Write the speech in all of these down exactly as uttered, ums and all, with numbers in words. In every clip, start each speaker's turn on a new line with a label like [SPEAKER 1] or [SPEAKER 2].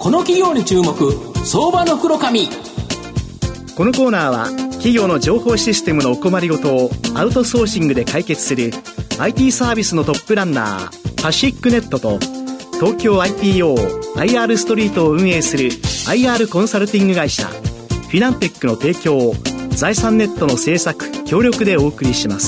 [SPEAKER 1] この企業に注目、相場の袋紙。
[SPEAKER 2] このコーナーは企業の情報システムのお困りごとをアウトソーシングで解決する アイティー サービスのトップランナーパシフィックネットと東京 アイピーオー アイアール ストリートを運営する アイアール コンサルティング会社フィナンテックの提供を財産ネットの制作協力でお送りします。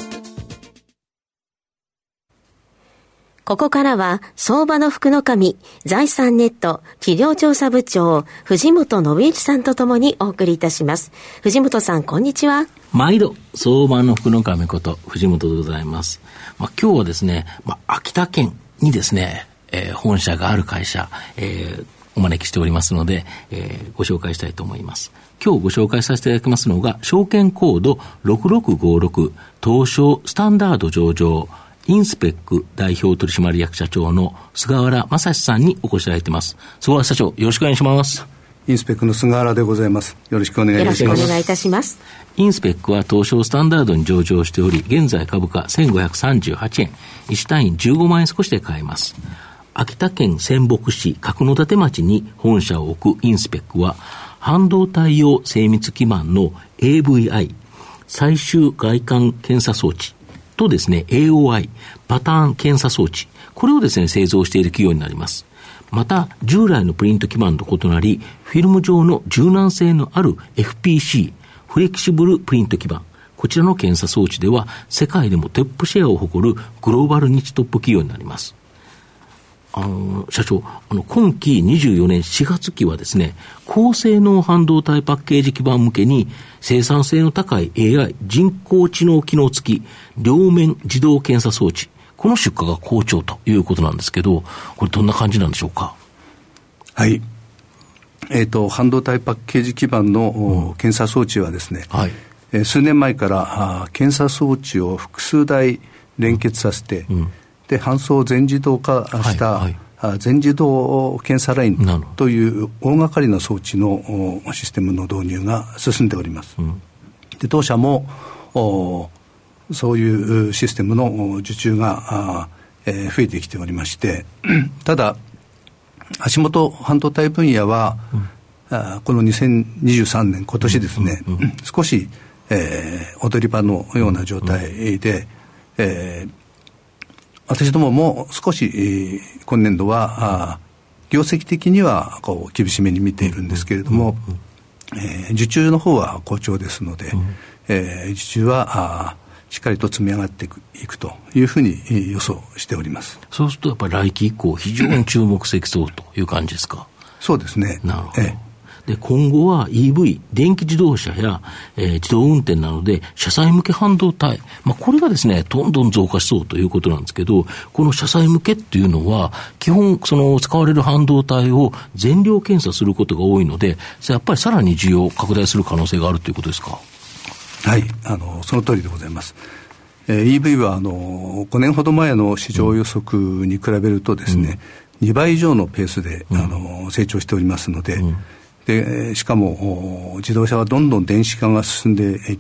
[SPEAKER 3] ここからは相場の福の神財産ネット企業調査部長藤本信之さんとともにお送りいたします。藤本さん、こんにちは。
[SPEAKER 4] 毎度相場の福の神こと藤本でございます。まあ、今日はですね、まあ、秋田県にですね、えー、本社がある会社、えー、お招きしておりますので、えー、ご紹介したいと思います。今日ご紹介させていただきますのが証券コードろくろくごろく東証スタンダード上場インスペック代表取締役社長の菅原正史さんにお越しいただいています。菅原社長、よろしくお願いします。
[SPEAKER 5] インスペックの菅原でございます。よろしくお願いいたします。
[SPEAKER 3] よろしくお願いいたします。
[SPEAKER 4] インスペックは東証スタンダードに上場しており、現在株価せんごひゃくさんじゅうはちえん、いち単位じゅうごまんえん少しで買えます。秋田県仙北市角館町に本社を置くインスペックは、半導体用精密基板の エーブイアイ 最終外観検査装置とですね エーオーアイ パターン検査装置、これをですね製造している企業になります。また従来のプリント基板と異なり、フィルム状の柔軟性のある エフピーシー フレキシブルプリント基板、こちらの検査装置では世界でもトップシェアを誇るグローバルニッチトップ企業になります。あの社長、あの今期にじゅうよねんしがつ期はですね、高性能半導体パッケージ基板向けに生産性の高い エーアイ 人工知能機能付き両面自動検査装置、この出荷が好調ということなんですけど、これどんな感じなんでしょうか。
[SPEAKER 5] はい、えーと、半導体パッケージ基板の、うん、検査装置はですね、はい、えー、数年前から検査装置を複数台連結させて、うん、で搬送全自動化した、はいはい、全自動検査ラインという大掛かりな装置のシステムの導入が進んでおります、うん、で当社もそういうシステムの受注が、えー、増えてきておりましてただ足元半導体分野は、うん、このにせんにじゅうさんねん今年ですね、うんうんうん、少し、えー、踊り場のような状態で、うん、えー私どもも少し、えー、今年度は業績的にはこう厳しめに見ているんですけれども、うんうんうん、えー、受注の方は好調ですので、うん、えー、受注はあしっかりと積み上がっていく、いくというふうに予想しております。
[SPEAKER 4] そうするとやっぱり来期以降非常に注目してきそうという感じですか。
[SPEAKER 5] そうですね。
[SPEAKER 4] なるほど。えーで今後は イーブイ 電気自動車や、えー、自動運転などで車載向け半導体、まあ、これがですねどんどん増加しそうということなんですけど、この車載向けっていうのは基本その使われる半導体を全量検査することが多いので、やっぱりさらに需要拡大する可能性があるということですか。
[SPEAKER 5] はい、あのその通りでございます。えー、イーブイ はあのごねんほど前の市場予測に比べるとですね、うん、にばい以上のペースで、うん、あの成長しておりますので、うん、でしかも自動車はどんどん電子化が進んでいって、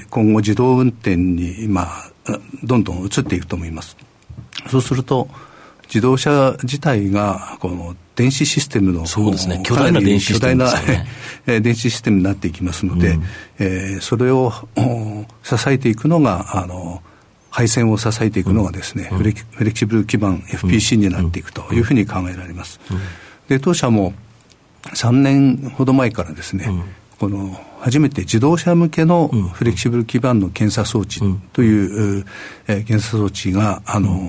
[SPEAKER 5] 今後自動運転に、まあ、どんどん移っていくと思います。そうすると自動車自体がこの電子システムの
[SPEAKER 4] そうですね、巨大な電子システムですよね。
[SPEAKER 5] 巨大な電子システムになっていきますので、うん、えー、それを支えていくのがあの配線を支えていくのがですね、うん、フレキ、フレキシブル基板 エフピーシー になっていくというふうに考えられます、うんうん、で当社もさんねんほど前からですね、うん、この初めて自動車向けのフレキシブル基板の検査装置という、うん、えー、検査装置があの、うん、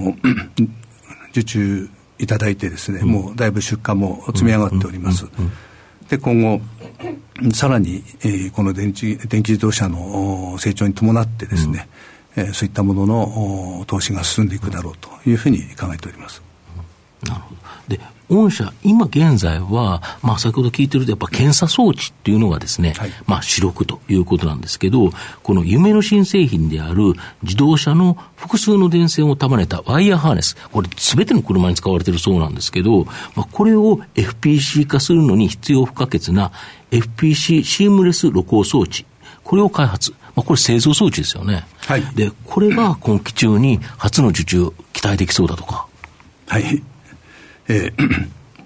[SPEAKER 5] 受注いただいてですね、うん、もうだいぶ出荷も積み上がっております、うんうんうん、で今後さらに、えー、この電気、電気自動車の成長に伴ってですね、うん、えー、そういったものの投資が進んでいくだろうというふうに考えております、
[SPEAKER 4] うん、なるほど。で御社今現在は、まあ、先ほど聞いてるとやっぱ検査装置っていうのがですね、はい、まあ、主力ということなんですけど、この夢の新製品である自動車の複数の電線を束ねたワイヤーハーネス、これ全ての車に使われているそうなんですけど、まあ、これを エフピーシー 化するのに必要不可欠な エフピーシー シームレス露光装置、これを開発、まあ、これ製造装置ですよね、はい、でこれが今期中に初の受注期待できそうだとか。
[SPEAKER 5] はい、えー、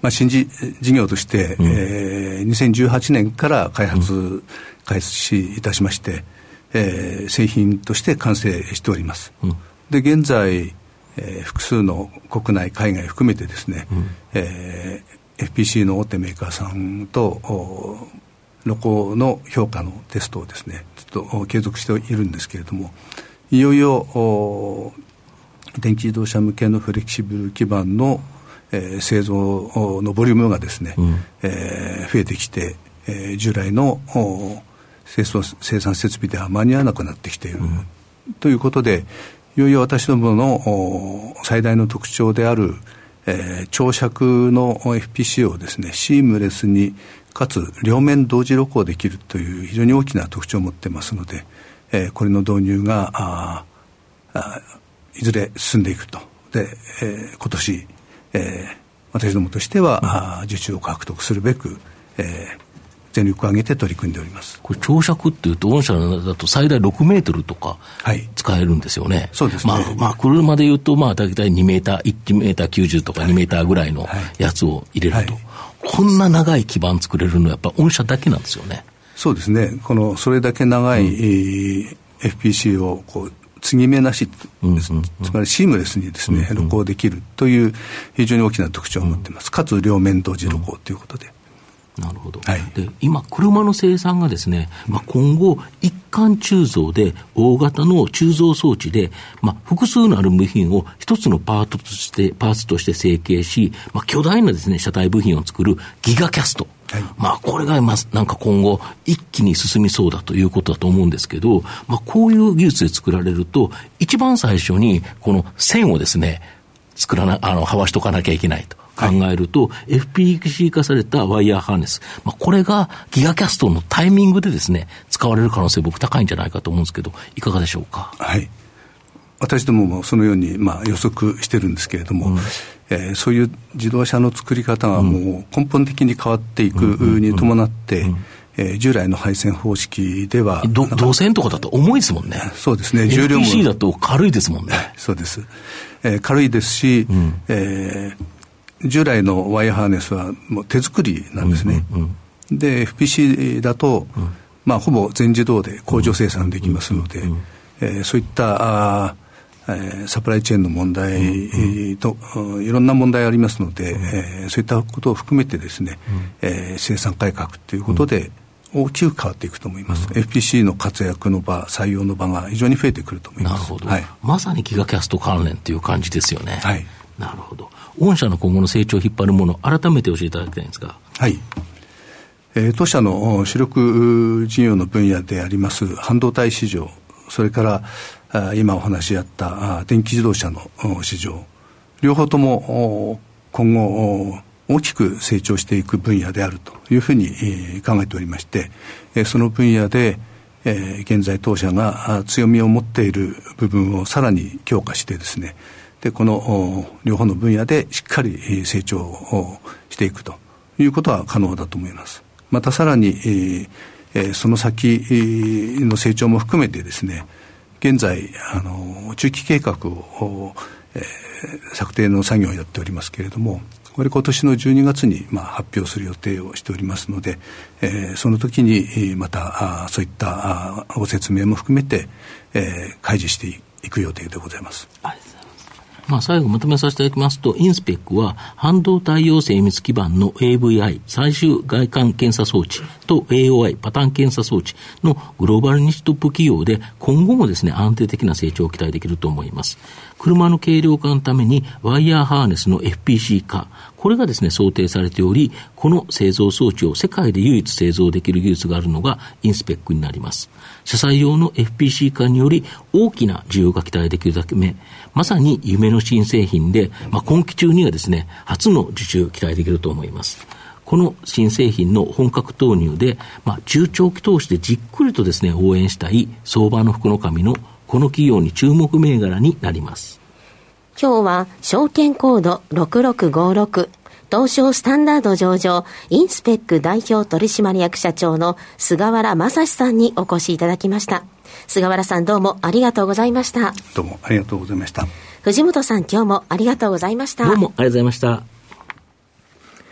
[SPEAKER 5] まあ、新事業として、うんえー、にせんじゅうはちねんから開発開始いたしまして、えー、製品として完成しております、うん、で現在、えー、複数の国内海外含めてですね、うんえー、エフピーシー の大手メーカーさんと露光の評価のテストをですねずっと継続しているんですけれども、いよいよ電気自動車向けのフレキシブル基板の、えー、製造のボリュームがですね、うんえー、増えてきて、えー、従来の生産設備では間に合わなくなってきている、うん、ということで、いよいよ私どもの最大の特徴である、えー、長尺の エフピーシー をですねシームレスにかつ両面同時露光できるという非常に大きな特徴を持っていますので、えー、これの導入がああいずれ進んでいくと。で、えー、今年、えー、私どもとしては、うん、受注を獲得するべく、えー、全力を挙げて取り組んでおります。
[SPEAKER 4] これ長尺っていうと御社だと最大ろくメートルとか使えるんですよね、はい、
[SPEAKER 5] そうですね。
[SPEAKER 4] まあ、まあ、車でいうとまあ大体にメーターいちメーターきゅうじゅうとかにメーターぐらいのやつを入れると、はいはい、こんな長い基板作れるのはやっぱ御社だけなんですよね。
[SPEAKER 5] そうですね。このそれだけ長い、うん、エフピーシー をこう継ぎ目なし、うんうんうん、つまりシームレスにですね、うんうん、露光できるという非常に大きな特徴を持っています、うん、かつ両面同時露光ということで、
[SPEAKER 4] うん、なるほど、はい、で今車の生産がですね、まあ、今後一貫鋳造で大型の鋳造装置で、まあ、複数のある部品を一つのパートとしてパーツとして成形し、まあ、巨大なですね車体部品を作るギガキャスト、はい、まあ、これがまあなんか今後一気に進みそうだということだと思うんですけど、まあ、こういう技術で作られると一番最初にこの線をですね作らなあのはわしとかなきゃいけないと考えると、はい、エフピーシー 化されたワイヤーハーネス、まあ、これがギガキャストのタイミングでですね使われる可能性僕高いんじゃないかと思うんですけど、いかがでしょうか。
[SPEAKER 5] はい、私どももそのようにまあ予測してるんですけれども、うんえー、そういう自動車の作り方がもう根本的に変わっていくに伴って、うんうんうんうんえー、従来の配線方式では
[SPEAKER 4] 銅線とかだと重いですもんね。
[SPEAKER 5] そうですね。重量も
[SPEAKER 4] エフピーシー だと軽いですもんね。
[SPEAKER 5] そうです、えー、軽いですし、うんえー、従来のワイヤーハーネスはもう手作りなんですね、うんうんうん、で エフピーシー だと、うんまあ、ほぼ全自動で工場生産できますので、うんうんうんえー、そういったあえー、サプライチェーンの問題と、うんうん、いろんな問題ありますので、うんえー、そういったことを含めてですね、うんえー、生産改革ということで大きく変わっていくと思います、うん、エフピーシー の活躍の場採用の場が非常に増えてくると思います。
[SPEAKER 4] なるほど、
[SPEAKER 5] はい、
[SPEAKER 4] まさにギガキャスト関連という感じですよね。
[SPEAKER 5] はい、
[SPEAKER 4] なるほど。御社の今後の成長を引っ張るもの改めて教えていただきたいんですが。
[SPEAKER 5] はい、えー、当社の主力事業の分野であります半導体市場、それから今お話しあった電気自動車の市場、両方とも今後大きく成長していく分野であるというふうに考えておりまして、その分野で現在当社が強みを持っている部分をさらに強化してですね、でこの両方の分野でしっかり成長をしていくということは可能だと思います。またさらにその先の成長も含めてですね、現在あの中期計画を、えー、策定の作業をやっておりますけれども、これ今年のじゅうにがつに、まあ、発表する予定をしておりますので、えー、その時にまたあそういったご説明も含めて、えー、開示していく予定でございます。
[SPEAKER 4] はい、まあ、最後まとめさせていただきますと、インスペックは半導体用精密基板の エーブイアイ 最終外観検査装置と エーオーアイ パターン検査装置のグローバルニッチトップ企業で、今後もですね安定的な成長を期待できると思います。車の軽量化のためにワイヤーハーネスの エフピーシー 化、これがですね想定されており、この製造装置を世界で唯一製造できる技術があるのがインスペックになります。車載用の エフピーシー 化により大きな需要が期待できるため、まさに夢の新製品で、まあ、今期中にはですね初の受注期待できると思います。この新製品の本格投入で、まあ、中長期投資でじっくりとですね応援したい相場の福の神のこの企業に注目銘柄になります。
[SPEAKER 3] 今日は証券コードろくろくごろく東証スタンダード上場インスペック代表取締役社長の菅原正史さんにお越しいただきました。菅原さん、どうもありがとうございました。
[SPEAKER 5] どうもありがとうございました。
[SPEAKER 3] 藤本さん、今日もありがとうございました。
[SPEAKER 4] どうもありがとうございました。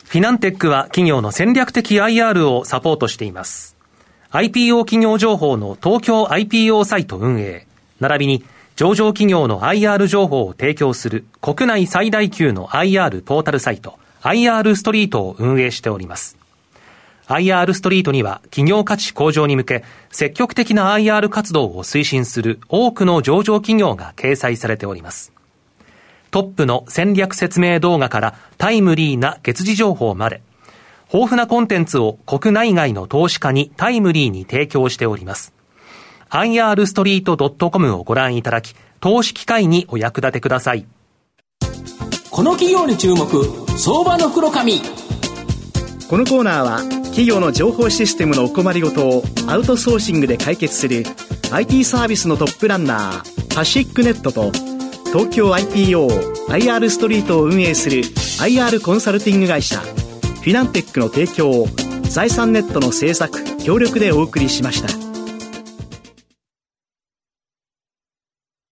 [SPEAKER 6] フィナンテックは企業の戦略的 アイアール をサポートしています。アイピーオー 企業情報の東京 アイピーオー サイト運営、並びに上場企業の アイアール 情報を提供する国内最大級の アイアール ポータルサイト アイアール ストリートを運営しております。アイアール ストリートには企業価値向上に向け積極的な アイアール 活動を推進する多くの上場企業が掲載されております。トップの戦略説明動画からタイムリーな月次情報まで、豊富なコンテンツを国内外の投資家にタイムリーに提供しております。アイアールストリートドットコム をご覧いただき、投資機会にお役立てください。
[SPEAKER 1] この企業に注目、相場の黒髪。
[SPEAKER 2] このコーナーは企業の情報システムのお困りごとをアウトソーシングで解決する アイティー サービスのトップランナーパシックネットと、東京 アイピーオー アイアール ストリートを運営する アイアール コンサルティング会社フィナンテックの提供を財産ネットの制作協力でお送りしました。